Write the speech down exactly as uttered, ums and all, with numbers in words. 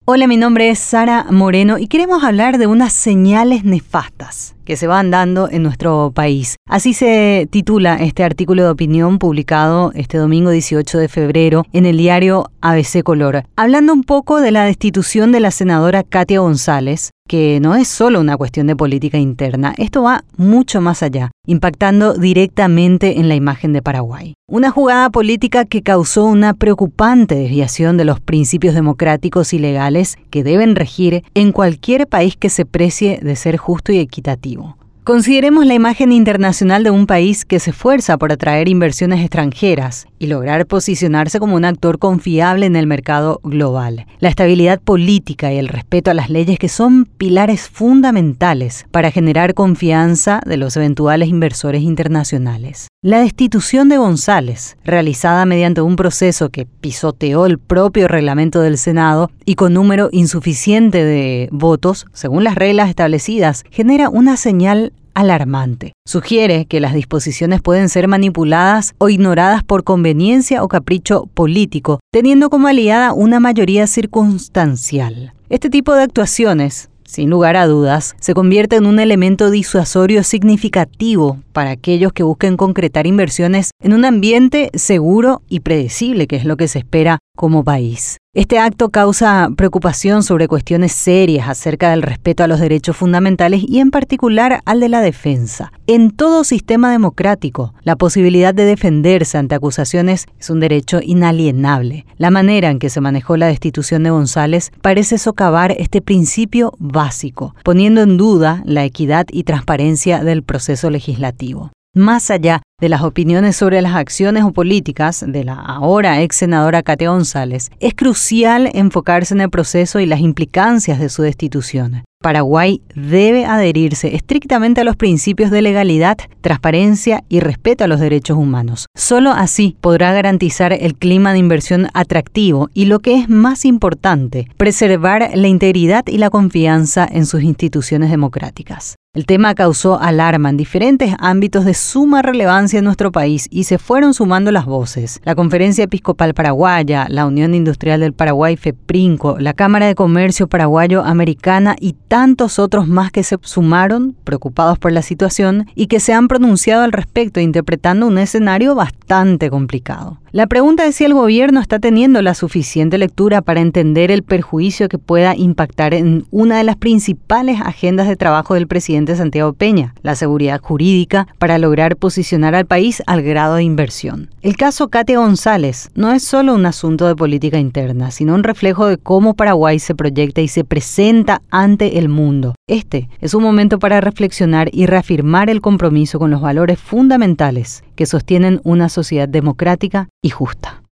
Hola, mi nombre es Sara Moreno y queremos hablar de unas señales nefastas que se van dando en nuestro país. Así se titula este artículo de opinión publicado este domingo dieciocho de febrero en el diario A B C Color, hablando un poco de la destitución de la senadora Katia González, que no es solo una cuestión de política interna, esto va mucho más allá, impactando directamente en la imagen de Paraguay. Una jugada política que causó una preocupante desviación de los principios democráticos y legales que deben regir en cualquier país que se precie de ser justo y equitativo. Consideremos la imagen internacional de un país que se esfuerza por atraer inversiones extranjeras y lograr posicionarse como un actor confiable en el mercado global. La estabilidad política y el respeto a las leyes que son pilares fundamentales para generar confianza de los eventuales inversores internacionales. La destitución de González, realizada mediante un proceso que pisoteó el propio reglamento del Senado y con número insuficiente de votos, según las reglas establecidas, genera una señal alarmante. Sugiere que las disposiciones pueden ser manipuladas o ignoradas por conveniencia o capricho político, teniendo como aliada una mayoría circunstancial. Este tipo de actuaciones, sin lugar a dudas, se convierte en un elemento disuasorio significativo para aquellos que busquen concretar inversiones en un ambiente seguro y predecible, que es lo que se espera como país. Este acto causa preocupación sobre cuestiones serias acerca del respeto a los derechos fundamentales y en particular al de la defensa. En todo sistema democrático, la posibilidad de defenderse ante acusaciones es un derecho inalienable. La manera en que se manejó la destitución de González parece socavar este principio básico, poniendo en duda la equidad y transparencia del proceso legislativo. Más allá de las opiniones sobre las acciones o políticas de la ahora ex senadora Katia González, es crucial enfocarse en el proceso y las implicancias de su destitución. Paraguay debe adherirse estrictamente a los principios de legalidad, transparencia y respeto a los derechos humanos. Solo así podrá garantizar el clima de inversión atractivo y, lo que es más importante, preservar la integridad y la confianza en sus instituciones democráticas. El tema causó alarma en diferentes ámbitos de suma relevancia en nuestro país y se fueron sumando las voces. La Conferencia Episcopal Paraguaya, la Unión Industrial del Paraguay, FEPRINCO, la Cámara de Comercio Paraguayo-Americana y tantos otros más que se sumaron, preocupados por la situación, y que se han pronunciado al respecto, interpretando un escenario bastante complicado. La pregunta es si el gobierno está teniendo la suficiente lectura para entender el perjuicio que pueda impactar en una de las principales agendas de trabajo del presidente Santiago Peña, la seguridad jurídica, para lograr posicionar al país al grado de inversión. El caso Katia González no es solo un asunto de política interna, sino un reflejo de cómo Paraguay se proyecta y se presenta ante el mundo. Este es un momento para reflexionar y reafirmar el compromiso con los valores fundamentales que sostienen una sociedad democrática y justa.